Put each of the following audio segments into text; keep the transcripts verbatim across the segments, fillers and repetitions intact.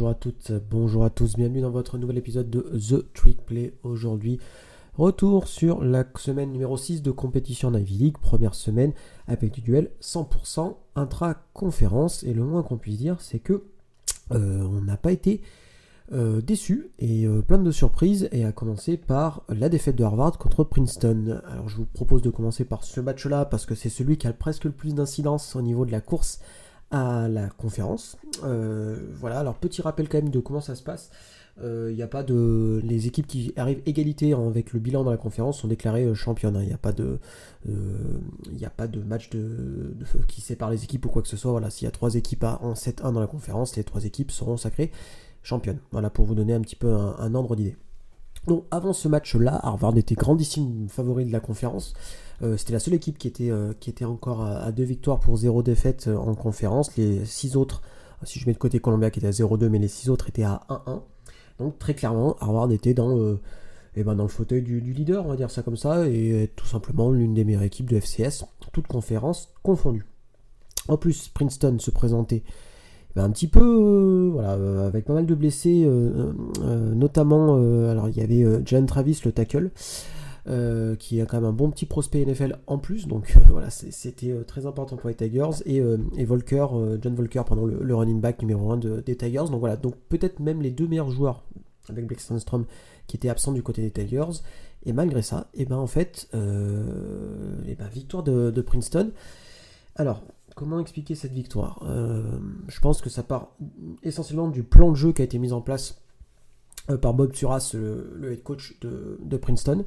Bonjour à toutes, bonjour à tous, bienvenue dans votre nouvel épisode de The Trick Play. Aujourd'hui, retour sur la semaine numéro six de compétition en Ivy League, première semaine avec du duel cent pour cent intra-conférence. Et le moins qu'on puisse dire, c'est que euh, on n'a pas été euh, déçus et euh, plein de surprises, et à commencer par la défaite de Harvard contre Princeton. Alors je vous propose de commencer par ce match-là parce que c'est celui qui a presque le plus d'incidence au niveau de la course à la conférence. Euh, voilà, alors petit rappel quand même de comment ça se passe. Il euh, n'y a pas de... Les équipes qui arrivent égalité avec le bilan dans la conférence sont déclarées euh, championnes. Il n'y a pas de... Il euh, n'y a pas de match de... de... qui sépare les équipes ou quoi que ce soit. Voilà, s'il y a trois équipes à en sept un dans la conférence, les trois équipes seront sacrées championnes. Voilà, pour vous donner un petit peu un, un ordre d'idée. Donc avant ce match-là, Harvard était grandissime favori de la conférence. Euh, c'était la seule équipe qui était, euh, qui était encore à, à deux victoires pour zéro défaite euh, en conférence. Les six autres, si je mets de côté Columbia qui était à zéro deux, mais les six autres étaient à un un. Donc très clairement, Harvard était dans, euh, eh ben, dans le fauteuil du, du leader, on va dire ça comme ça, et tout simplement l'une des meilleures équipes de F C S, toutes conférences confondues. En plus, Princeton se présentait ben, un petit peu, euh, voilà, euh, avec pas mal de blessés, euh, euh, notamment, euh, alors il y avait euh, Jalen Travis, le tackle, Euh, qui a quand même un bon petit prospect N F L en plus, donc euh, voilà, c'est, c'était euh, très important pour les Tigers, et, euh, et Volker, euh, John Volker, pendant le, le running back numéro un de, des Tigers, donc voilà, donc peut-être même les deux meilleurs joueurs, avec Blake Sandstrom qui était absent du côté des Tigers, et malgré ça, et ben en fait, euh, et ben victoire de, de Princeton. Alors, comment expliquer cette victoire ? euh, Je pense que ça part essentiellement du plan de jeu qui a été mis en place euh, par Bob Suras, le, le head coach de, de Princeton.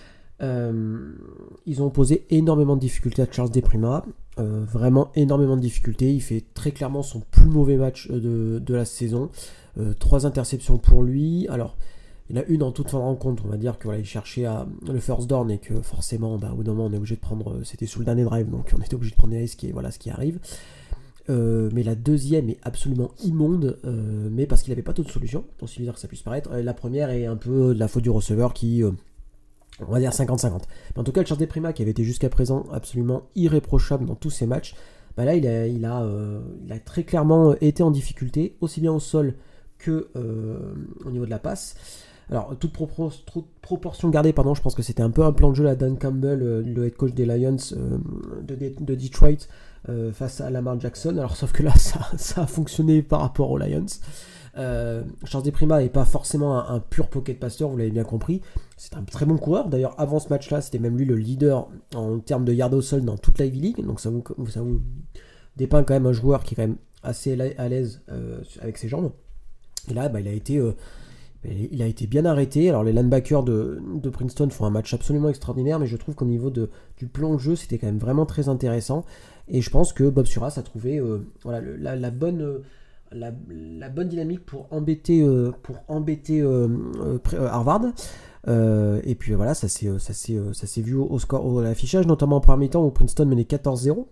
Euh, ils ont posé énormément de difficultés à Charles Deprima, euh, vraiment énormément de difficultés. Il fait très clairement son plus mauvais match de, de la saison. Euh, trois interceptions pour lui. Alors, il y en a une en toute fin de rencontre. On va dire que voilà, il cherchait à, le first down et que forcément, bah, au bout d'un moment, on est obligé de prendre. C'était sous le dernier drive, donc on était obligé de prendre des risques et voilà ce qui arrive. Euh, mais la deuxième est absolument immonde, euh, mais parce qu'il n'avait pas d'autre solution, aussi bizarre que ça puisse paraître. Euh, la première est un peu de la faute du receveur qui. Euh, On va dire cinquante cinquante. Mais en tout cas, le Charles Deprima, qui avait été jusqu'à présent absolument irréprochable dans tous ses matchs, bah là, il a, il, a, euh, il a très clairement été en difficulté, aussi bien au sol que euh, au niveau de la passe. Alors, toute, propor- toute proportion gardée, pardon, je pense que c'était un peu un plan de jeu à Dan Campbell, euh, le head coach des Lions euh, de, de Detroit, euh, face à Lamar Jackson. Alors, sauf que là, ça, ça a fonctionné par rapport aux Lions. Euh, Charles Deprima n'est pas forcément un, un pur pocket passer, vous l'avez bien compris. C'est un très bon coureur. D'ailleurs, avant ce match-là, c'était même lui le leader en termes de yards au sol dans toute la Ivy League. Donc ça vous, ça vous dépeint quand même un joueur qui est quand même assez à l'aise euh, avec ses jambes. Et là, bah, il a été, euh, il a été bien arrêté. Alors les linebackers de, de Princeton font un match absolument extraordinaire, mais je trouve qu'au niveau de, du plan de jeu, c'était quand même vraiment très intéressant. Et je pense que Bob Suras a trouvé euh, voilà, le, la, la bonne... Euh, La, la bonne dynamique pour embêter, euh, pour embêter euh, euh, Harvard. Euh, et puis voilà, ça s'est, ça s'est, ça s'est vu au, au score, au, à l'affichage, notamment en premier mi-temps où Princeton menait quatorze zéro.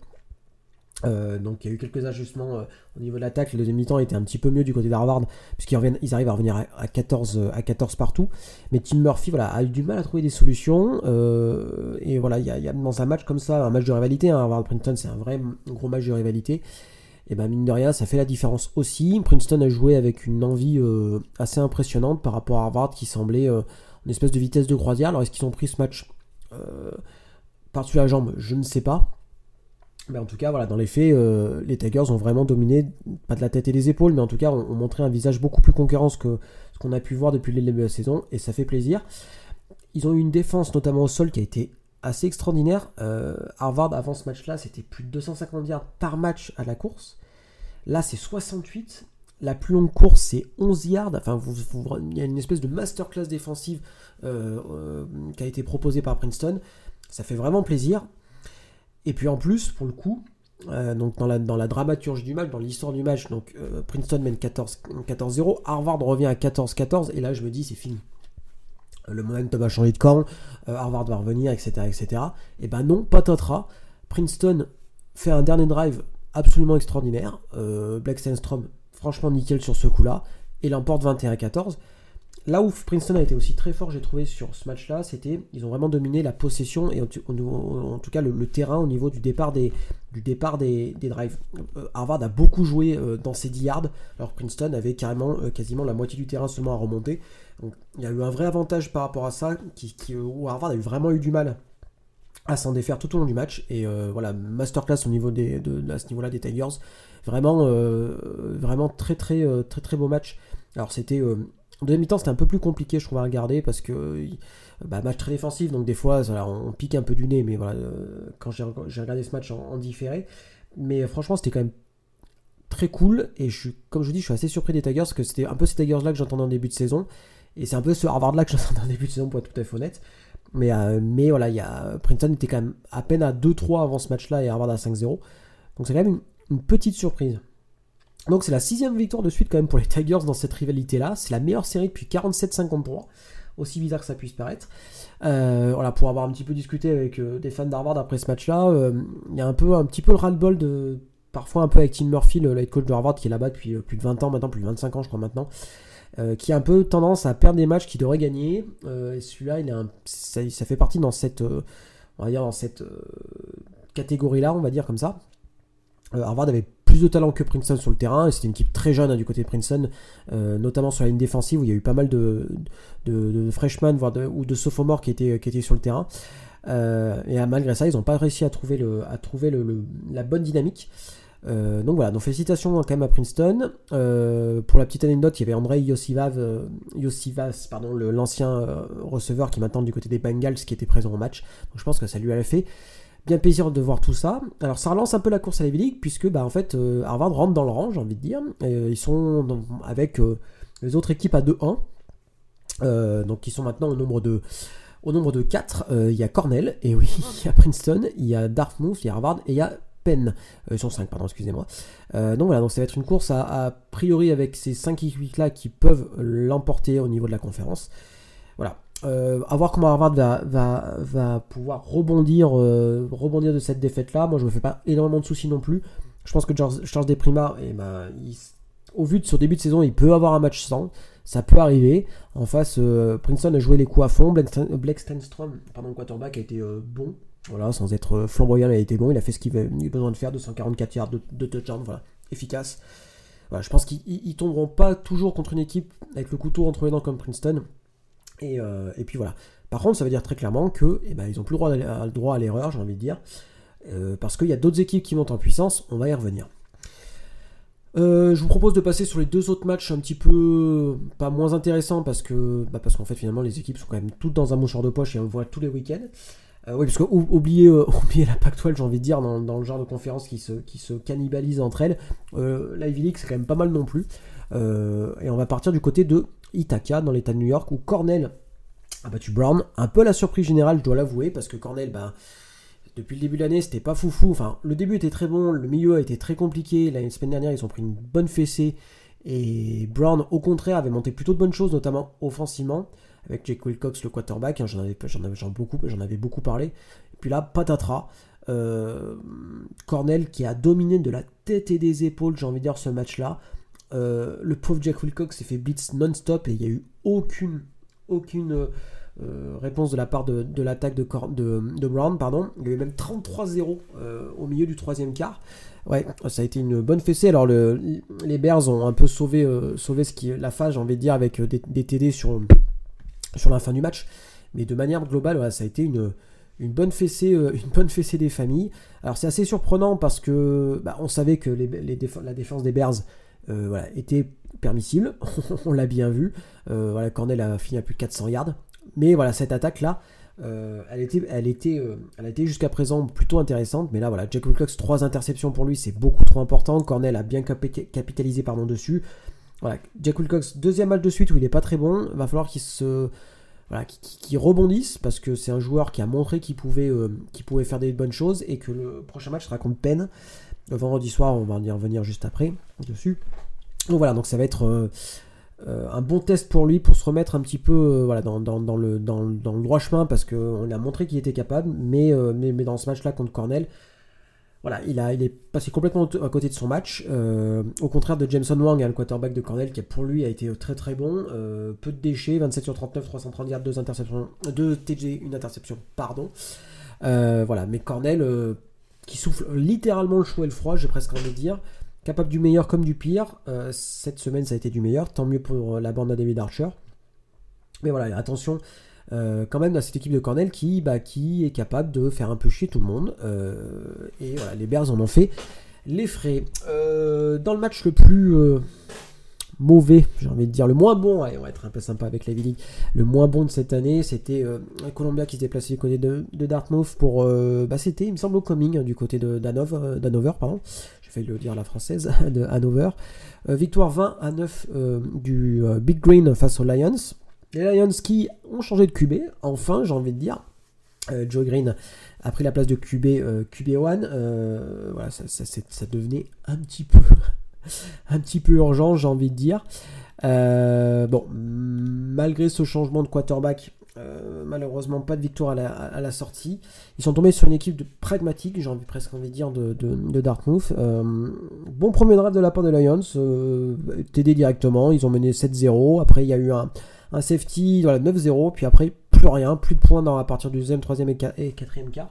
Euh, donc il y a eu quelques ajustements euh, au niveau de l'attaque. Le deuxième mi-temps était un petit peu mieux du côté d'Harvard, puisqu'ils reviennent, ils arrivent à revenir à, à, quatorze, à quatorze partout. Mais Tim Murphy voilà, a eu du mal à trouver des solutions. Euh, et voilà, il y, a, il y a dans un match comme ça, un match de rivalité, hein, Harvard-Princeton, c'est un vrai gros match de rivalité. Et ben mine de rien, ça fait la différence aussi. Princeton a joué avec une envie euh, assez impressionnante par rapport à Harvard qui semblait euh, une espèce de vitesse de croisière. Alors est-ce qu'ils ont pris ce match euh, par-dessus la jambe ? Je ne sais pas. Mais en tout cas, voilà, dans les faits, euh, les Tigers ont vraiment dominé, pas de la tête et des épaules, mais en tout cas ont, ont montré un visage beaucoup plus conquérant que ce qu'on a pu voir depuis le début de la saison, et ça fait plaisir. Ils ont eu une défense, notamment au sol, qui a été assez extraordinaire. euh, Harvard avant ce match là c'était plus de deux cent cinquante yards par match à la course, là c'est soixante-huit, la plus longue course c'est onze yards, enfin vous, vous, il y a une espèce de masterclass défensive euh, euh, qui a été proposée par Princeton, ça fait vraiment plaisir. Et puis en plus pour le coup euh, donc dans la, dans la dramaturgie du match, dans l'histoire du match, donc euh, Princeton mène quatorze zéro, Harvard revient à quatorze quatorze, et là je me dis c'est fini. Le momentum a changé de camp, euh, Harvard va revenir, et cetera, et cetera. Et ben non, patatras. Princeton fait un dernier drive absolument extraordinaire. Euh, Blake Sandstrom, franchement nickel sur ce coup-là, et l'emporte vingt et un à quatorze. là où Princeton a été aussi très fort, j'ai trouvé sur ce match-là, c'était ils ont vraiment dominé la possession et en, en, en tout cas le, le terrain au niveau du départ des, du départ des, des drives. Euh, Harvard a beaucoup joué euh, dans ses dix yards, alors que Princeton avait carrément euh, quasiment la moitié du terrain seulement à remonter. Donc il y a eu un vrai avantage par rapport à ça, qui, qui, où Harvard a eu vraiment eu du mal à s'en défaire tout au long du match. Et euh, voilà, masterclass au niveau des, de, de, à ce niveau-là des Tigers. Vraiment, euh, vraiment très très très très très beau match. Alors c'était euh, en deuxième mi-temps, c'était un peu plus compliqué, je trouve, à regarder parce que bah, match très défensif, donc des fois voilà, on pique un peu du nez, mais voilà, euh, quand j'ai, j'ai regardé ce match en, en différé, mais franchement c'était quand même très cool. Et je suis, comme je vous dis, je suis assez surpris des Tigers parce que c'était un peu ces Tigers là que j'entendais en début de saison, et c'est un peu ce Harvard là que j'entendais en début de saison pour être tout à fait honnête. Mais, euh, mais voilà, y a, Princeton était quand même à peine à deux trois avant ce match là et Harvard à cinq zéro, donc c'est quand même une, une petite surprise. Donc c'est la sixième victoire de suite quand même pour les Tigers dans cette rivalité-là. C'est la meilleure série depuis quarante-sept cinquante-trois, aussi bizarre que ça puisse paraître. Euh, voilà, pour avoir un petit peu discuté avec euh, des fans d'Harvard après ce match-là, il euh, y a un peu un petit peu le ras-le-bol de parfois un peu avec Tim Murphy, le head coach de Harvard qui est là-bas depuis euh, plus de vingt ans maintenant, plus de vingt-cinq ans je crois maintenant, euh, qui a un peu tendance à perdre des matchs qu'il devrait gagner. Euh, et celui-là, il est un, ça, ça fait partie dans cette, euh, on va dire dans cette euh, catégorie-là, on va dire comme ça. Euh, Harvard avait plus de talent que Princeton sur le terrain, et c'était une équipe très jeune hein, du côté de Princeton, euh, notamment sur la ligne défensive où il y a eu pas mal de, de, de freshmen voire de, ou de sophomores qui étaient, qui étaient sur le terrain. Euh, et malgré ça, ils n'ont pas réussi à trouver, le, à trouver le, le, la bonne dynamique. Euh, donc voilà, donc félicitations quand même à Princeton. Euh, pour la petite anecdote, il y avait Andrei Iosivas, euh, Iosivas pardon, le, l'ancien euh, receveur qui est maintenant du côté des Bengals qui était présent au match. Donc je pense que ça lui a fait bien plaisir de voir tout ça. Alors ça relance un peu la course à la Ivy League puisque bah, en fait euh, Harvard rentre dans le rang, j'ai envie de dire. Euh, ils sont dans, avec euh, les autres équipes à deux un. Euh, donc ils sont maintenant au nombre de au nombre de quatre. Euh, il y a Cornell, et oui, il y a Princeton, il y a Dartmouth, il y a Harvard et il y a Penn. Euh, ils sont cinq, pardon, excusez-moi. Euh, donc voilà, donc ça va être une course à, à priori avec ces cinq équipes-là qui peuvent l'emporter au niveau de la conférence. Voilà. Euh, à voir comment Harvard va, va, va pouvoir rebondir, euh, rebondir de cette défaite-là. Moi, je me fais pas énormément de soucis non plus. Je pense que George, Charles Deprima, eh ben, il, au vu de son début de saison, il peut avoir un match sans. Ça peut arriver. En face, euh, Princeton a joué les coups à fond. Blake Stenstrom, pardon, le quarterback, a été euh, bon. Voilà, sans être flamboyant, il a été bon. Il a fait ce qu'il avait besoin de faire, deux cent quarante-quatre yards de, de touchdown, voilà, efficace. Voilà, je pense qu'ils ne tomberont pas toujours contre une équipe avec le couteau entre les dents comme Princeton. Et, euh, et puis voilà. Par contre, ça veut dire très clairement que eh ben, ils n'ont plus le droit, à, le droit à l'erreur, j'ai envie de dire. Euh, parce qu'il y a d'autres équipes qui montent en puissance, on va y revenir. Euh, je vous propose de passer sur les deux autres matchs un petit peu pas moins intéressants parce que bah parce qu'en fait finalement les équipes sont quand même toutes dans un mouchoir de poche et on le voit tous les week-ends. Euh, oui, parce que ou, oubliez, euh, oubliez la Pac douze, j'ai envie de dire, dans, dans le genre de conférences qui se, qui se cannibalisent entre elles. Euh, la Ivy League c'est quand même pas mal non plus. Euh, et on va partir du côté de Ithaca dans l'état de New York où Cornell a battu Brown. Un peu la surprise générale, je dois l'avouer, parce que Cornell, bah, depuis le début de l'année, c'était pas foufou. Enfin, le début était très bon, le milieu a été très compliqué. La semaine dernière, ils ont pris une bonne fessée. Et Brown, au contraire, avait monté plutôt de bonnes choses, notamment offensivement, avec Jake Wilcox, le quarterback. Hein, j'en, avais, j'en, avais, j'en, beaucoup, j'en avais beaucoup parlé. Et puis là, patatras. Euh, Cornell qui a dominé de la tête et des épaules, j'ai envie de dire, ce match-là. Euh, le pauvre Jake Wilcox s'est fait blitz non-stop et il n'y a eu aucune, aucune euh, réponse de la part de, de l'attaque de, Cor- de, de Brown. Pardon. Il y a eu même trente-trois zéro euh, au milieu du troisième quart. Ouais, ça a été une bonne fessée. Alors le, les Bears ont un peu sauvé, euh, sauvé ce qui, la phase, j'ai envie de dire, avec des, des T D sur, sur la fin du match. Mais de manière globale, ouais, ça a été une, une, bonne fessée, euh, une bonne fessée des familles. Alors c'est assez surprenant parce que bah, on savait que les, les déf- la défense des Bears Euh, voilà, était permissible, on l'a bien vu. Euh, voilà, Cornell a fini à plus de quatre cents yards, mais voilà, cette attaque là, euh, elle était, elle était, euh, elle a été jusqu'à présent plutôt intéressante. Mais là, voilà, Jake Wilcox, trois interceptions pour lui, c'est beaucoup trop important. Cornell a bien capi- capitalisé pardon dessus. Voilà, Jake Wilcox, deuxième match de suite où il est pas très bon. Il va falloir qu'il se Voilà, qui, qui, qui rebondisse parce que c'est un joueur qui a montré qu'il pouvait, euh, qu'il pouvait faire des bonnes choses et que le prochain match sera contre Penn. Le vendredi soir, on va y revenir juste après dessus. Donc voilà, donc ça va être euh, euh, un bon test pour lui pour se remettre un petit peu euh, voilà, dans, dans, dans, le, dans, dans le droit chemin parce qu'on a montré qu'il était capable, mais, euh, mais, mais dans ce match-là contre Cornell, voilà, il, a, il est passé complètement à côté de son match, euh, au contraire de Jameson Wang, hein, le quarterback de Cornell, qui pour lui a été très très bon, euh, peu de déchets, vingt-sept sur trente-neuf, trois cent trente yards, deux interceptions, deux T G, une interception, pardon. Euh, voilà, mais Cornell, euh, qui souffle littéralement le chaud et le froid, j'ai presque envie de dire, capable du meilleur comme du pire, euh, cette semaine ça a été du meilleur, tant mieux pour la bande à David Archer. Mais voilà, attention, Euh, quand même dans cette équipe de Cornell qui, bah, qui est capable de faire un peu chier tout le monde. Euh, et voilà, les Bears en ont fait les frais. Euh, dans le match le plus euh, mauvais, j'ai envie de dire, le moins bon, allez, on va être un peu sympa avec la V-League, le moins bon de cette année, c'était euh, Columbia qui se déplaçait du côté de, de Dartmouth pour, euh, bah, c'était, il me semble, au coming, du côté de d'Hanover, d'Hanover, pardon, j'ai failli le dire à la française, de Hanover. Euh, victoire vingt à neuf euh, du euh, Big Green face aux Lions. Les Lions qui ont changé de Q B, enfin j'ai envie de dire. Euh, Joe Green a pris la place de Q B, euh, Q B un. Euh, voilà, ça, ça, ça devenait un petit peu, un petit peu urgent, j'ai envie de dire. Euh, bon, malgré ce changement de quarterback, euh, malheureusement pas de victoire à la, à la sortie. Ils sont tombés sur une équipe de pragmatique, j'ai envie, presque envie de dire, de, de, de Dartmouth. Euh, bon premier drive de la part des Lions, euh, T D directement, ils ont mené sept zéro. Après il y a eu un Un safety, voilà, neuf zéro, puis après, plus rien, plus de points dans, à partir du deuxième, troisième et quatrième quart.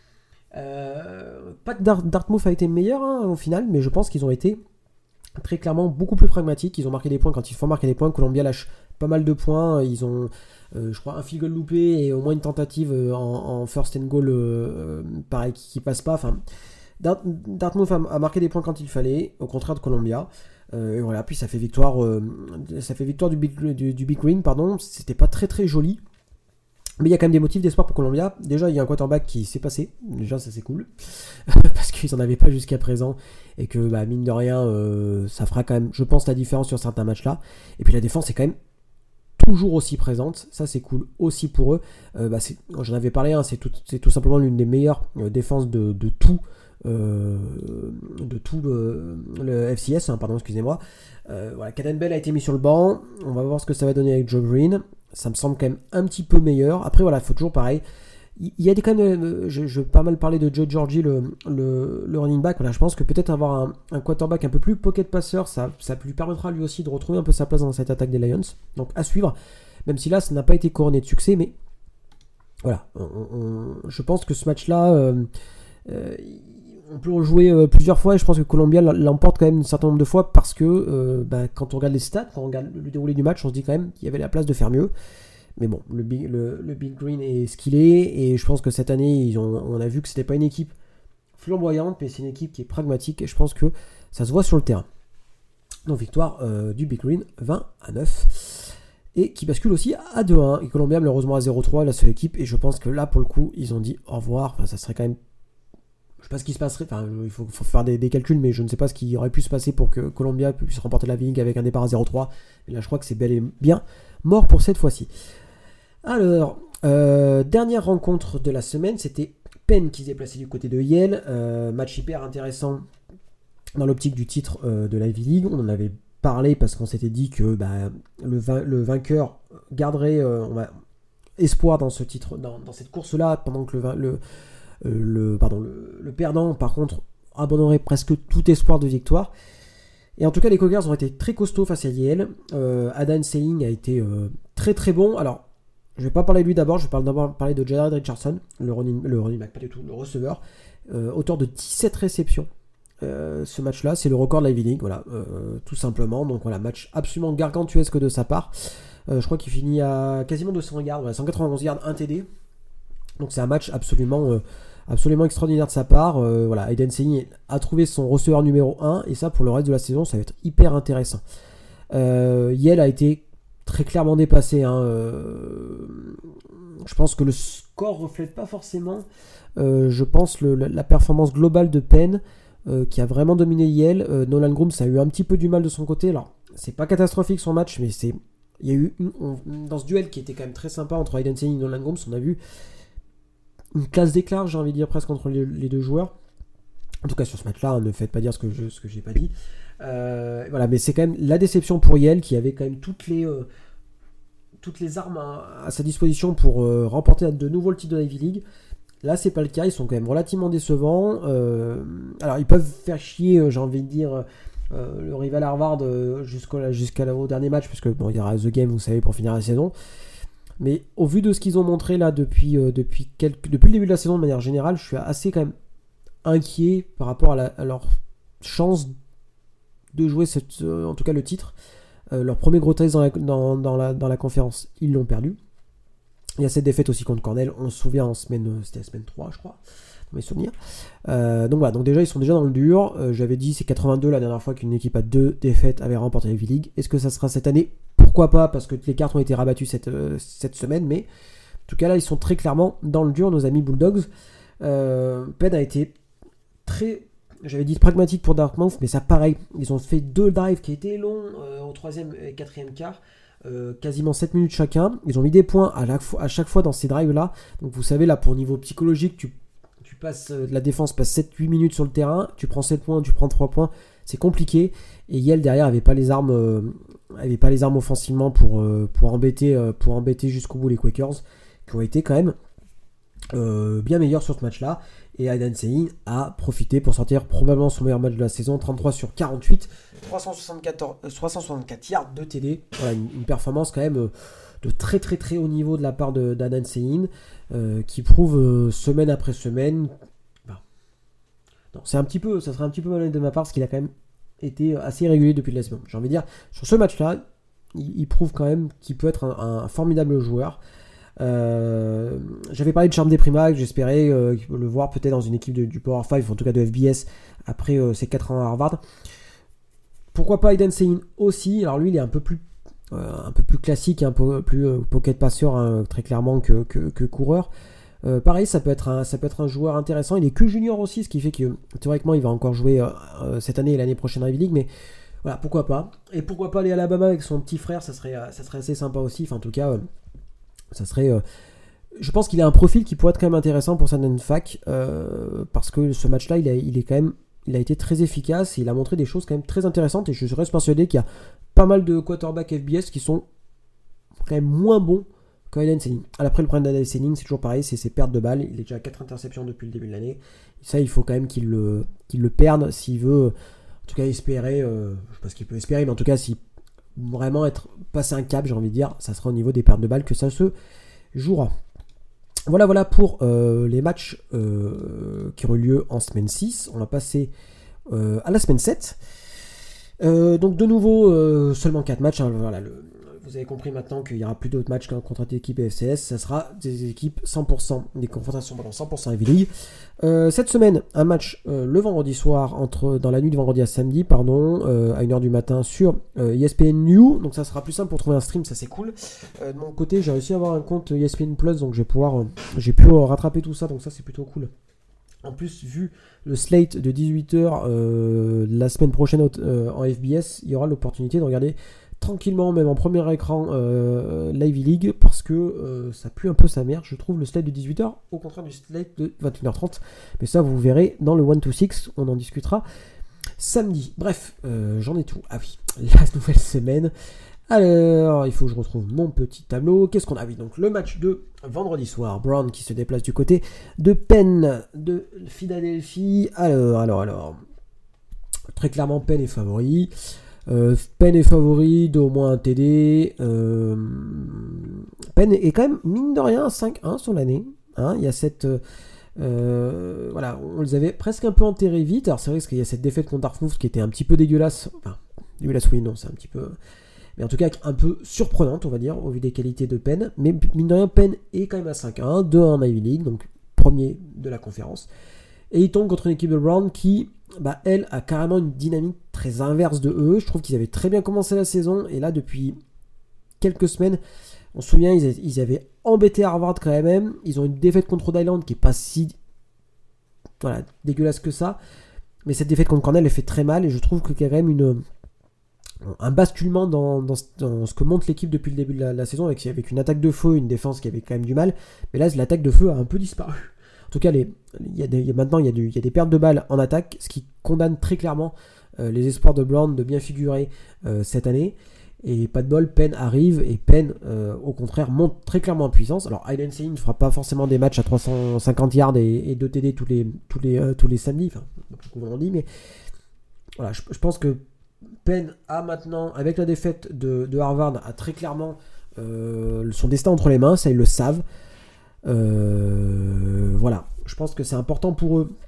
Euh, pas que Dart- Dartmouth a été meilleur hein, au final, mais je pense qu'ils ont été très clairement beaucoup plus pragmatiques. Ils ont marqué des points quand il faut marquer des points. Columbia lâche pas mal de points. Ils ont, euh, je crois, un field goal loupé et au moins une tentative en, en first and goal, euh, pareil, qui, qui passe pas. Enfin, Dart- Dartmouth a, a marqué des points quand il fallait, au contraire de Columbia. Euh, et voilà, puis ça fait victoire, euh, ça fait victoire du Big, du, du Big Green, pardon. C'était pas très très joli, mais il y a quand même des motifs d'espoir pour Columbia. Déjà, il y a un quarterback qui s'est passé. Déjà, ça c'est cool parce qu'ils en avaient pas jusqu'à présent et que bah, mine de rien, euh, ça fera quand même, je pense, la différence sur certains matchs là. Et puis la défense est quand même toujours aussi présente. Ça c'est cool aussi pour eux. Euh, bah, c'est, j'en avais parlé, hein, c'est, tout, c'est tout simplement l'une des meilleures euh, défenses de, de tout. Euh, de tout le, le F C S, hein, pardon, excusez-moi. Euh, voilà, Caden Bell a été mis sur le banc. On va voir ce que ça va donner avec Joe Green. Ça me semble quand même un petit peu meilleur. Après, voilà, il faut toujours pareil. Il y a des quand même, je, je vais pas mal parler de Joe Georgie, le, le, le running back. Voilà, je pense que peut-être avoir un, un quarterback un peu plus pocket passeur, ça, ça lui permettra lui aussi de retrouver un peu sa place dans cette attaque des Lions. Donc à suivre, même si là, ça n'a pas été couronné de succès, mais voilà, on, on, je pense que ce match-là, euh, euh, on peut le jouer euh, plusieurs fois et je pense que Columbia l'emporte quand même un certain nombre de fois parce que euh, bah, quand on regarde les stats, quand on regarde le déroulé du match, on se dit quand même qu'il y avait la place de faire mieux. Mais bon, le Big, le, le Big Green est ce qu'il est et je pense que cette année, ils ont, on a vu que c'était pas une équipe flamboyante, mais c'est une équipe qui est pragmatique et je pense que ça se voit sur le terrain. Donc victoire euh, du Big Green vingt à neuf et qui bascule aussi à deux un et Columbia malheureusement à zéro trois, la seule équipe, et je pense que là pour le coup, ils ont dit au revoir. Enfin, ça serait quand même, je sais pas ce qui se passerait, enfin il faut, faut faire des, des calculs, mais je ne sais pas ce qui aurait pu se passer pour que Columbia puisse remporter la V-League avec un départ à zéro trois. Et là je crois que c'est bel et bien mort pour cette fois-ci. Alors, euh, dernière rencontre de la semaine, c'était Penn qui s'est déplacé du côté de Yale. Euh, match hyper intéressant dans l'optique du titre euh, de la V-League. On en avait parlé parce qu'on s'était dit que bah, le, vain- le vainqueur garderait euh, on va, espoir dans ce titre, dans, dans cette course-là, pendant que le, le, le, pardon, le, le perdant, par contre, abandonnerait presque tout espoir de victoire. Et en tout cas, les Cougars ont été très costauds face à Yale. Euh, Adam Seiling a été euh, très très bon. Alors, je vais pas parler de lui d'abord, je vais d'abord parler de Jared Richardson, le running, le running back, pas du tout, le receveur, euh, auteur de dix-sept réceptions. Euh, ce match-là, c'est le record de la V-League, voilà, euh, tout simplement. Donc voilà, match absolument gargantuesque de sa part. Euh, je crois qu'il finit à quasiment deux cents yards, voilà, cent quatre-vingt-onze yards, un T D. Donc c'est un match absolument, euh, absolument extraordinaire de sa part. Euh, voilà, Aiden Seiling a trouvé son receveur numéro un, et ça pour le reste de la saison, ça va être hyper intéressant. Euh, Yale a été très clairement dépassé. Hein. Euh, je pense que le score reflète pas forcément, euh, je pense, le, la performance globale de Penn, euh, qui a vraiment dominé Yale. Euh, Nolan Grooms a eu un petit peu du mal de son côté. Alors, c'est pas catastrophique son match, mais c'est, il y a eu une, on, dans ce duel qui était quand même très sympa entre Aiden Seiling et Nolan Grooms, on a vu une classe d'éclat, j'ai envie de dire, presque entre les, les deux joueurs. En tout cas, sur ce match-là, hein, ne faites pas dire ce que je ce que j'ai pas dit. Euh, voilà, mais c'est quand même la déception pour Yale, qui avait quand même toutes les euh, toutes les armes à, à sa disposition pour euh, remporter de nouveau le titre de la Ivy League. Là, c'est pas le cas. Ils sont quand même relativement décevants. Euh, alors, ils peuvent faire chier, euh, j'ai envie de dire, euh, le rival Harvard euh, jusqu'au, jusqu'à au dernier match, parce que bon, il y aura The Game, vous savez, pour finir la saison. Mais au vu de ce qu'ils ont montré là depuis, euh, depuis, quelques, depuis le début de la saison, de manière générale, je suis assez quand même inquiet par rapport à, la, à leur chance de jouer, cette, euh, en tout cas le titre. Euh, leur premier gros test dans la, dans, dans, la, dans la conférence, ils l'ont perdu. Il y a cette défaite aussi contre Cornell, on se souvient en semaine, c'était la semaine trois, je crois, dans mes souvenirs. Euh, donc voilà, donc déjà ils sont déjà dans le dur. Euh, j'avais dit c'est quatre-vingt-deux la dernière fois qu'une équipe à deux défaites avait remporté la V-League. Est-ce que ça sera cette année ? Pourquoi pas, parce que les cartes ont été rabattues cette, euh, cette semaine, mais en tout cas là ils sont très clairement dans le dur, nos amis Bulldogs. Euh, Penn a été très, j'avais dit pragmatique pour Dartmouth, mais ça pareil, ils ont fait deux drives qui étaient longs euh, au troisième et quatrième quart. Euh, quasiment sept minutes chacun. Ils ont mis des points à, la, à chaque fois dans ces drives là. Donc vous savez là, pour niveau psychologique, tu, tu passes euh, la défense passe sept huit minutes sur le terrain, tu prends sept points, tu prends trois points, c'est compliqué. Et Yale derrière avait pas les armes euh, avait pas les armes offensivement pour, euh, pour embêter euh, pour embêter jusqu'au bout les Quakers, qui ont été quand même euh, bien meilleurs sur ce match là. Et Aidan Sein a profité pour sortir probablement son meilleur match de la saison, trente-trois sur quarante-huit, trois cent soixante-quatorze, trois cent soixante-quatre yards de T D. Voilà, une, une performance quand même de très très très haut niveau de la part de, d'Aidan Sein, euh, qui prouve euh, semaine après semaine. Bah, non, c'est un petit peu, ça serait un petit peu malhonnête de ma part, parce qu'il a quand même été assez irrégulier depuis la saison. J'ai envie de dire, sur ce match-là, il, il prouve quand même qu'il peut être un, un formidable joueur. Euh, j'avais parlé de Charm Prima, j'espérais euh, le voir peut-être dans une équipe de, du Power cinq, en tout cas de F B S, après euh, ses quatre ans à Harvard. Pourquoi pas Aidan Sein aussi. Alors lui il est un peu plus, euh, un peu plus classique, un peu plus euh, pocket passeur hein, très clairement que, que, que coureur. Euh, pareil, ça peut, être un, ça peut être un joueur intéressant. Il est que junior aussi, ce qui fait que théoriquement il va encore jouer euh, cette année et l'année prochaine en Ivy League, mais voilà, pourquoi pas. Et pourquoi pas aller à Alabama avec son petit frère, ça serait, ça serait assez sympa aussi. Enfin, en tout cas, euh, ça serait. Euh, je pense qu'il a un profil qui pourrait être quand même intéressant pour Sandon Fac, euh, parce que ce match-là, il, a, il est quand même, il a été très efficace et il a montré des choses quand même très intéressantes. Et je reste persuadé qu'il y a pas mal de quarterbacks F B S qui sont quand même moins bons qu'Aidan Sein. Après, le problème d'Aidan Sein, c'est toujours pareil, c'est ses pertes de balles. Il est déjà à quatre interceptions depuis le début de l'année. Et ça, il faut quand même qu'il le, qu'il le perde s'il veut, en tout cas, espérer. Euh, je sais pas ce qu'il peut espérer, mais en tout cas, si vraiment être passé un cap, j'ai envie de dire, ça sera au niveau des pertes de balles que ça se jouera. Voilà, voilà pour euh, les matchs euh, qui auront lieu en semaine six. On va passer euh, à la semaine sept. Euh, donc de nouveau, euh, seulement quatre matchs. Hein, voilà, le, vous avez compris maintenant qu'il n'y aura plus d'autres matchs contre des équipes F C S. Ça sera des équipes cent pour cent, des confrontations pardon, cent pour cent Ivy League. Euh, cette semaine, un match euh, le vendredi soir, entre, dans la nuit de vendredi à samedi, pardon, euh, à une heure du matin sur euh, E S P N New. Donc ça sera plus simple pour trouver un stream, ça c'est cool. Euh, de mon côté, j'ai réussi à avoir un compte E S P N Plus, donc je vais pouvoir, euh, j'ai pu euh, rattraper tout ça, donc ça c'est plutôt cool. En plus, vu le slate de dix-huit heures euh, la semaine prochaine euh, en F B S, il y aura l'opportunité de regarder tranquillement, même en premier écran, euh, la Ivy League, parce que euh, ça pue un peu sa mère, je trouve, le slate de dix-huit heures, au contraire du slate de vingt et une heures trente. Mais ça, vous verrez dans le one to six, on en discutera samedi. Bref, euh, j'en ai tout. Ah oui, la nouvelle semaine. Alors, il faut que je retrouve mon petit tableau. Qu'est-ce qu'on a ? Oui, donc le match de vendredi soir. Brown qui se déplace du côté de Penn, de Philadelphie. Alors, alors, alors. Très clairement, Penn est favori. Euh, Penn est favori d'au moins un T D. Euh, Penn est quand même, mine de rien, cinq un sur l'année. Hein, il y a cette... Euh, voilà, on les avait presque un peu enterrés vite. Alors, c'est vrai qu'il y a cette défaite contre Dartmouth qui était un petit peu dégueulasse. Enfin, dégueulasse, oui, non, c'est un petit peu... Mais en tout cas, un peu surprenante, on va dire, au vu des qualités de Penn. Mais mine de rien, Penn est quand même à cinq un, deux un en Ivy League, donc premier de la conférence. Et il tombe contre une équipe de Brown qui, bah, elle, a carrément une dynamique très inverse de eux. Je trouve qu'ils avaient très bien commencé la saison. Et là, depuis quelques semaines, on se souvient, ils, ils avaient embêté Harvard quand même. Ils ont une défaite contre Rhode Island qui n'est pas si voilà, dégueulasse que ça. Mais cette défaite contre Cornell, elle fait très mal. Et je trouve qu'il y a quand même une... un basculement dans, dans, dans ce que montre l'équipe depuis le début de la, la saison, avec, avec une attaque de feu, une défense qui avait quand même du mal, mais là l'attaque de feu a un peu disparu. En tout cas, les, y a des, y a, maintenant il y, a du, y a des pertes de balles en attaque, ce qui condamne très clairement euh, les espoirs de Brown de bien figurer euh, cette année. Et pas de bol, Penn arrive et Penn, euh, au contraire, monte très clairement en puissance. Alors, Hayden Selim ne fera pas forcément des matchs à trois cent cinquante yards et, et deux T D tous les, tous les, euh, tous les samedis, enfin, beaucoup on dit, mais voilà, je, je pense que Penn a maintenant, avec la défaite de, de Harvard, a très clairement euh, son destin entre les mains, ça ils le savent. Euh, voilà, je pense que c'est important pour eux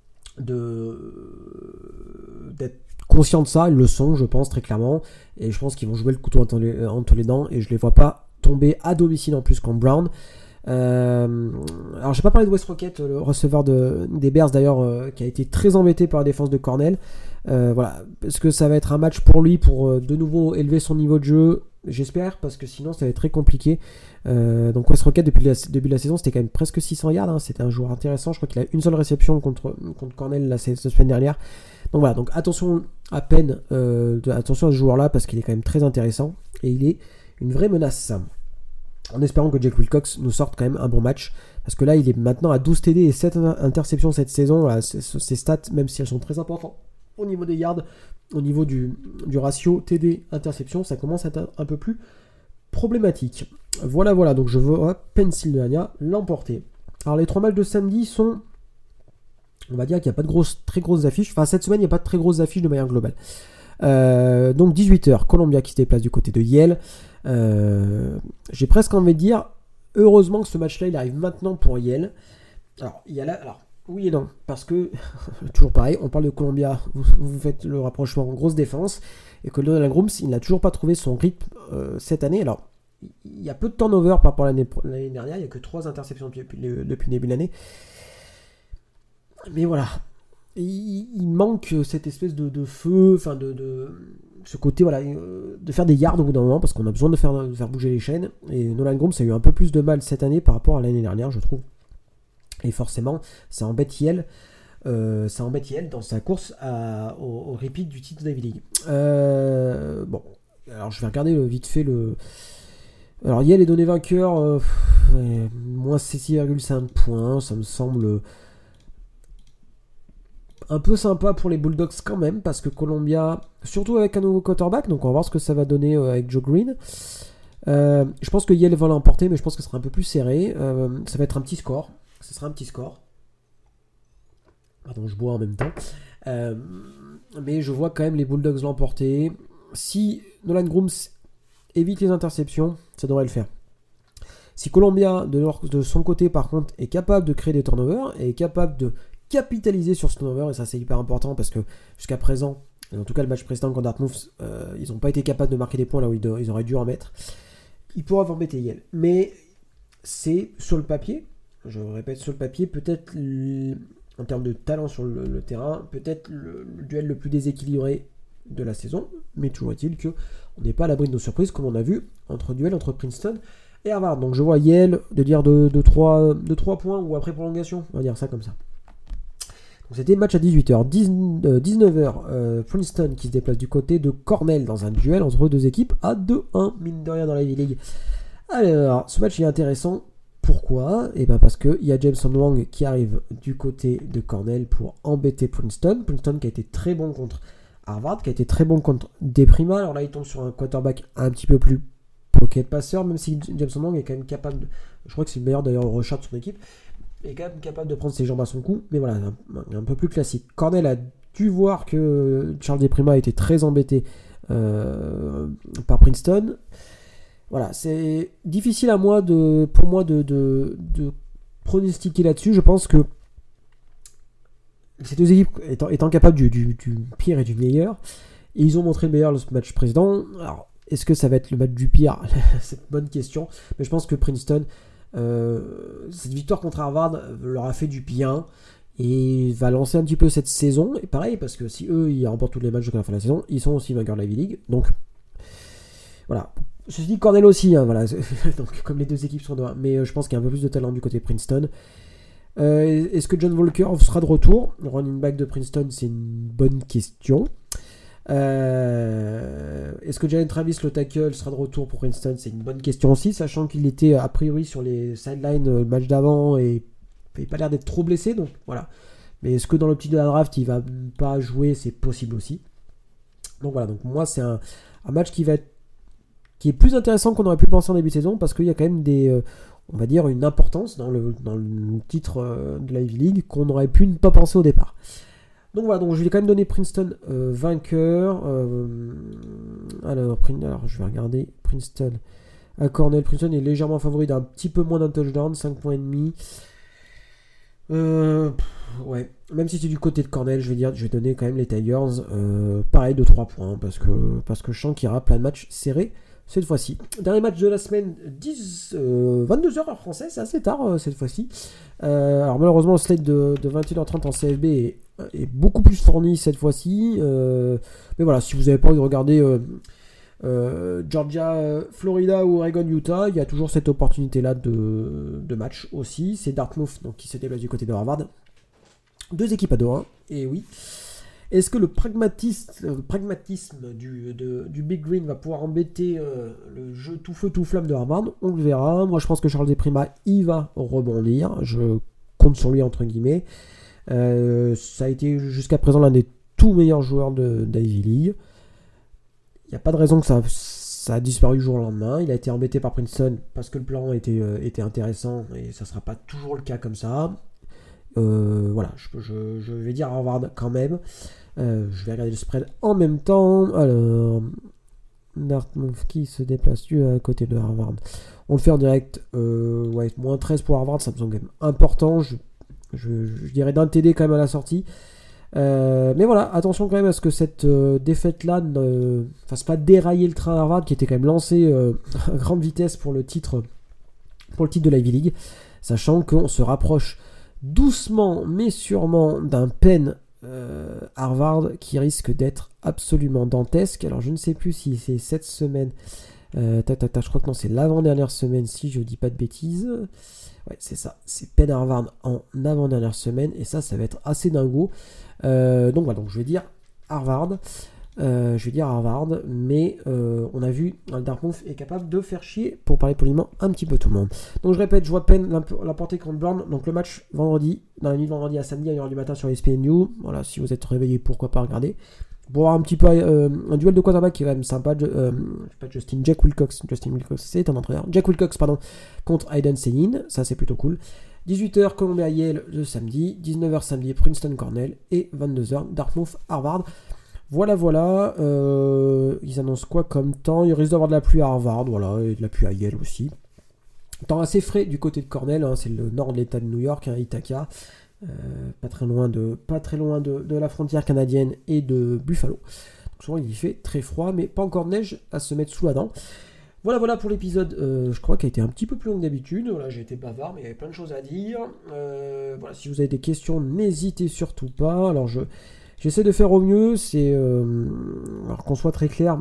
de, d'être conscients de ça, ils le sont, je pense, très clairement, et je pense qu'ils vont jouer le couteau entre les, entre les dents, et je les vois pas tomber à domicile en plus contre Brown. Euh, alors j'ai pas parlé de West Rocket, le receveur de, des Bears d'ailleurs, euh, qui a été très embêté par la défense de Cornell. Euh, voilà, est-ce que ça va être un match pour lui pour euh, de nouveau élever son niveau de jeu? J'espère, parce que sinon ça va être très compliqué. Euh, donc West Rocket depuis le début de la saison, c'était quand même presque six cents yards, hein. C'était un joueur intéressant, je crois qu'il a une seule réception contre, contre Cornell la, cette semaine dernière. Donc voilà, donc attention à Penn, euh, attention à ce joueur-là, parce qu'il est quand même très intéressant, et il est une vraie menace. En espérant que Jake Wilcox nous sorte quand même un bon match, parce que là il est maintenant à douze T D et sept interceptions cette saison. Voilà, ces stats, même si elles sont très importantes au niveau des yards, au niveau du, du ratio T D-interception, ça commence à être un, un peu plus problématique. Voilà, voilà, donc je vois Pennsylvania l'emporter. Alors les trois matchs de samedi sont, on va dire qu'il n'y a pas de grosses, très grosses affiches, enfin cette semaine il n'y a pas de très grosses affiches de manière globale. Euh, donc dix-huit heures, Columbia qui se déplace du côté de Yale. Euh, j'ai presque envie de dire, heureusement que ce match-là il arrive maintenant pour Yale. Alors, il y a là, alors oui et non, parce que, toujours pareil, on parle de Columbia, vous, vous faites le rapprochement en grosse défense, et que Donald Grooms, il n'a toujours pas trouvé son rythme euh, cette année. Alors, il y a peu de turnover par rapport à l'année, l'année dernière, il n'y a que trois interceptions depuis le, depuis le début de l'année. Mais voilà, il, il manque cette espèce de, de feu, enfin de, de ce côté, voilà, de faire des yards au bout d'un moment, parce qu'on a besoin de faire, de faire bouger les chaînes, et Nolan Grooms a eu un peu plus de mal cette année par rapport à l'année dernière, je trouve. Et forcément, ça embête Yale, euh, ça embête Yale dans sa course à, au, au repeat du titre de Ivy League. Euh, bon, alors je vais regarder le, vite fait le... Alors Yale est donné vainqueur, euh, ouais, moins six virgule cinq points, ça me semble un peu sympa pour les Bulldogs quand même, parce que Columbia, surtout avec un nouveau quarterback, donc on va voir ce que ça va donner euh, avec Joe Green. Euh, je pense que Yale va l'emporter, mais je pense que ce sera un peu plus serré. Euh, ça va être un petit score. Ce sera un petit score. Pardon, je bois en même temps. Euh, mais je vois quand même les Bulldogs l'emporter. Si Nolan Grooms évite les interceptions, ça devrait le faire. Si Columbia, de, leur, de son côté, par contre, est capable de créer des turnovers, et est capable de capitaliser sur ce turnover, et ça c'est hyper important, parce que jusqu'à présent, en tout cas le match précédent contre Dartmouth, euh, ils n'ont pas été capables de marquer des points là où ils, de, ils auraient dû en mettre. Ils pourraient avoir embêté Yale. Mais c'est sur le papier, je répète, sur le papier, peut-être en termes de talent sur le, le terrain, peut-être le, le duel le plus déséquilibré de la saison, mais toujours est-il qu'on n'est pas à l'abri de nos surprises, comme on a vu entre duel entre Princeton et Harvard. Donc je vois Yale de dire de, de, trois, de trois points ou après prolongation, on va dire ça comme ça. Donc c'était match à dix-huit heures, dix-neuf heures, euh, Princeton qui se déplace du côté de Cornell dans un duel entre deux équipes à deux un, mine de rien dans la Ivy League. Alors, ce match est intéressant. Pourquoi ? Et bien parce qu'il y a Jameson Wang qui arrive du côté de Cornell pour embêter Princeton. Princeton qui a été très bon contre Harvard, qui a été très bon contre Deprima. Alors là, il tombe sur un quarterback un petit peu plus pocket passeur, même si Jameson Wang est quand même capable, de, je crois que c'est le meilleur d'ailleurs au rush de son équipe, est quand même capable de prendre ses jambes à son cou. Mais voilà, un, un peu plus classique. Cornell a dû voir que Charles Deprima a été très embêté euh, par Princeton. Voilà, c'est difficile à moi de, pour moi de, de, de pronostiquer là-dessus. Je pense que ces deux équipes étant, étant capables du, du, du pire et du meilleur, et ils ont montré le meilleur le match précédent. Alors, est-ce que ça va être le match du pire ? C'est une bonne question. Mais je pense que Princeton, euh, cette victoire contre Harvard leur a fait du bien et va lancer un petit peu cette saison. Et pareil, parce que si eux, ils remportent tous les matchs jusqu'à la fin de la saison, ils sont aussi vainqueurs de la Ivy League. Donc, voilà. Ceci dit, Cornell aussi, hein, voilà. Donc, comme les deux équipes sont devant. Mais euh, je pense qu'il y a un peu plus de talent du côté Princeton. Euh, est-ce que John Volker sera de retour ? Le running back de Princeton, c'est une bonne question. Euh, est-ce que Jalen Travis, le tackle, sera de retour pour Princeton ? C'est une bonne question aussi, sachant qu'il était a priori sur les sidelines euh, le match d'avant et il n'a pas l'air d'être trop blessé. Donc voilà. Mais est-ce que dans l'optique de la draft, il va pas jouer ? C'est possible aussi. Donc voilà. Donc moi, c'est un, un match qui va être qui est plus intéressant qu'on aurait pu penser en début de saison, parce qu'il y a quand même des, euh, on va dire, une importance dans le, dans le titre euh, de la Ivy League qu'on aurait pu ne pas penser au départ. Donc voilà, donc je vais quand même donner Princeton euh, vainqueur. Euh, alors, alors, je vais regarder Princeton à Cornell. Princeton est légèrement favori d'un petit peu moins d'un touchdown, cinq points et demi. Euh, ouais, même si c'est du côté de Cornell, je vais dire, je vais donner quand même les Tigers, euh, pareil de trois points, parce que, parce que je sens qu'il y aura plein de matchs serrés cette fois-ci. Dernier match de la semaine, dix, euh, vingt-deux heures heure française, c'est assez tard euh, cette fois-ci. Euh, alors malheureusement le slate de, de vingt et une heures trente en C F B est, est beaucoup plus fourni cette fois-ci. Euh, mais voilà, si vous n'avez pas envie de regarder euh, euh, Georgia, euh, Florida ou Oregon, Utah, il y a toujours cette opportunité-là de, de match aussi. C'est Dartmouth donc, qui se déplace du côté de Harvard. Deux équipes à deux un, et oui. Est-ce que le pragmatisme, le pragmatisme du, de, du Big Green va pouvoir embêter euh, le jeu tout feu tout flamme de Harvard? On le verra. Moi je pense que Charles Deprima il va rebondir. Je compte sur lui entre guillemets. Euh, ça a été jusqu'à présent l'un des tout meilleurs joueurs de d'Ivy League. Il n'y a pas de raison que ça, ça a disparu du jour au lendemain. Il a été embêté par Princeton parce que le plan était, euh, était intéressant et ça ne sera pas toujours le cas comme ça. Euh, voilà, je, je, je vais dire Harvard quand même. Euh, je vais regarder le spread en même temps. Alors, Dartmouth qui se déplace du à côté de Harvard. On le fait en direct. Euh, ouais, moins treize pour Harvard, ça me semble quand même important. Je, je, je dirais d'un T D quand même à la sortie. Euh, mais voilà, attention quand même à ce que cette euh, défaite-là ne fasse pas dérailler le train Harvard qui était quand même lancé euh, à grande vitesse pour le titre, pour le titre de l'Ivy League, sachant qu'on se rapproche doucement mais sûrement d'un Penn euh, Harvard qui risque d'être absolument dantesque. Alors je ne sais plus si c'est cette semaine, euh, ta, ta, ta, je crois que non, c'est l'avant-dernière semaine si je dis pas de bêtises. Ouais, c'est ça, c'est Penn Harvard en avant-dernière semaine et ça, ça va être assez dingo. Euh, donc voilà, donc je vais dire Harvard. Euh, je vais dire Harvard, mais euh, on a vu le Dartmouth est capable de faire chier, pour parler poliment, un petit peu tout le monde. Donc je répète, je vois Penn l'emporter contre Brown. Donc le match vendredi, dans la nuit de vendredi à samedi à une heure du matin sur E S P N U. Voilà, si vous êtes réveillé, pourquoi pas regarder. Pour voir un petit peu euh, un duel de quarterback qui est quand même sympa. Euh, pas Justin, Jack Wilcox. Justin Wilcox, c'est un entraîneur. Jack Wilcox, pardon, contre Aiden Seyin. Ça, c'est plutôt cool. dix-huit heures, Columbia Yale le samedi. dix-neuf heures samedi, Princeton Cornell. Et vingt-deux heures, Dartmouth Harvard. Voilà, voilà. Euh, ils annoncent quoi comme temps? Il risque d'avoir de la pluie à Harvard, voilà, et de la pluie à Yale aussi. Temps assez frais du côté de Cornell, hein, c'est le nord de l'État de New York, hein, Ithaca, euh, pas très loin, de, pas très loin de, de la frontière canadienne et de Buffalo. Donc souvent il y fait très froid, mais pas encore de neige à se mettre sous la dent. Voilà, voilà pour l'épisode, euh, je crois qu'il a été un petit peu plus long que d'habitude. Voilà, j'ai été bavard, mais il y avait plein de choses à dire. Euh, voilà, si vous avez des questions, n'hésitez surtout pas. Alors je... J'essaie de faire au mieux, c'est euh, alors qu'on soit très clair,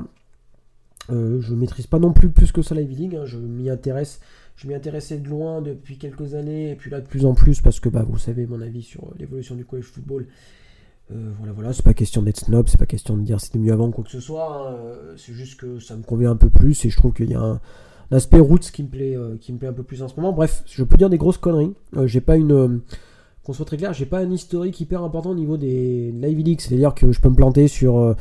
euh, je ne maîtrise pas non plus plus que ça la Ivy League, hein, je m'y intéresse, je m'y intéressais de loin depuis quelques années, et puis là de plus en plus, parce que bah, vous savez mon avis sur l'évolution du college football, euh, voilà, voilà, c'est pas question d'être snob, c'est pas question de dire c'était mieux avant quoi que ce soit, hein, c'est juste que ça me convient un peu plus, et je trouve qu'il y a un, un aspect roots qui me plaît, euh, qui me plaît un peu plus en ce moment. Bref, je peux dire des grosses conneries, euh, j'ai pas une... Euh, qu'on soit très clair, j'ai pas un historique hyper important au niveau des de l'Ivy League, c'est-à-dire que je peux me planter sur, euh,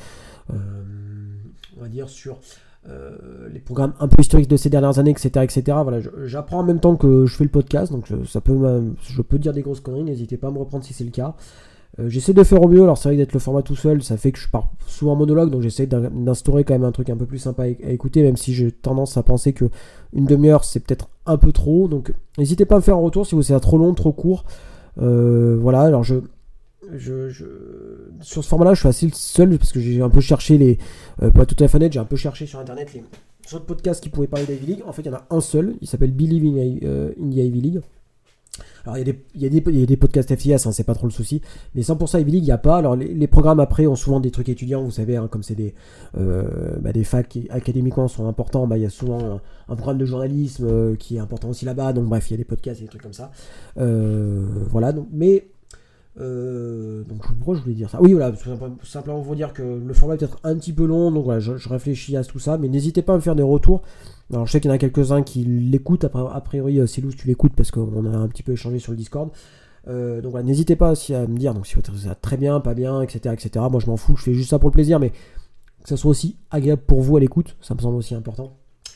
on va dire sur euh, les programmes un peu historiques de ces dernières années, et cetera, et cetera. Voilà, je, j'apprends en même temps que je fais le podcast, donc je, ça peut, je peux dire des grosses conneries. N'hésitez pas à me reprendre si c'est le cas. Euh, j'essaie de faire au mieux. Alors c'est vrai que d'être le format tout seul, ça fait que je pars souvent en monologue, donc j'essaie d'instaurer quand même un truc un peu plus sympa à, à écouter, même si j'ai tendance à penser que une demi-heure c'est peut-être un peu trop. Donc n'hésitez pas à me faire un retour si vous c'est trop long, trop court. Euh, voilà, alors je, je, je sur ce format-là, je suis assez seul parce que j'ai un peu cherché les, euh, pour être tout à fait honnête, j'ai un peu cherché sur internet les autres podcasts qui pouvaient parler d'Ivy League. En fait, il y en a un seul, il s'appelle Believe in, euh, in the Ivy League. Alors, il y a des, il y a des, il y a des podcasts F C S, hein, c'est pas trop le souci, mais cent pour cent Ivy League, il n'y a pas. Alors, les, les programmes après ont souvent des trucs étudiants, vous savez, hein, comme c'est des, euh, bah, des facs qui académiquement sont importants, bah, il y a souvent un, un programme de journalisme euh, qui est important aussi là-bas, donc bref, il y a des podcasts et des trucs comme ça. Euh, voilà, donc, mais. Euh, donc pourquoi je voulais dire ça? Oui, voilà, tout simplement vous dire que le format est peut-être un petit peu long, donc voilà, je, je réfléchis à tout ça, mais n'hésitez pas à me faire des retours. Alors je sais qu'il y en a quelques-uns qui l'écoutent, a priori Célous tu l'écoutes parce qu'on a un petit peu échangé sur le Discord. Euh, donc voilà, n'hésitez pas aussi à me dire donc si vous trouvez ça très bien, pas bien, et cetera, et cetera. Moi je m'en fous, je fais juste ça pour le plaisir, mais que ça soit aussi agréable pour vous à l'écoute, ça me semble aussi important.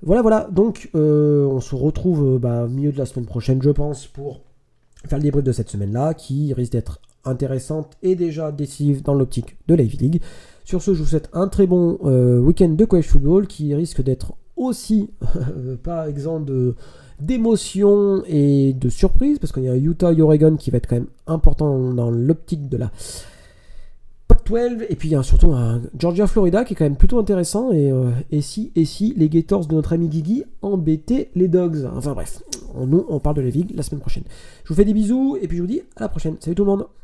Voilà, voilà. Donc, euh, on se retrouve euh, bah, au milieu de la semaine prochaine, je pense, pour faire le débrief de cette semaine-là, qui risque d'être intéressante et déjà décisive dans l'optique de l'Ivy League. Sur ce, je vous souhaite un très bon euh, week-end de college football qui risque d'être aussi pas exempt de, d'émotions et de surprises, parce qu'il y a Utah et Oregon qui va être quand même important dans l'optique de la Pac douze, et puis il y a surtout un Georgia-Florida qui est quand même plutôt intéressant, et, euh, et, si, et si les Gators de notre ami Guigui embêtaient les Dogs. Enfin bref, on, nous on parle de la Ligue la semaine prochaine. Je vous fais des bisous, et puis je vous dis à la prochaine. Salut tout le monde.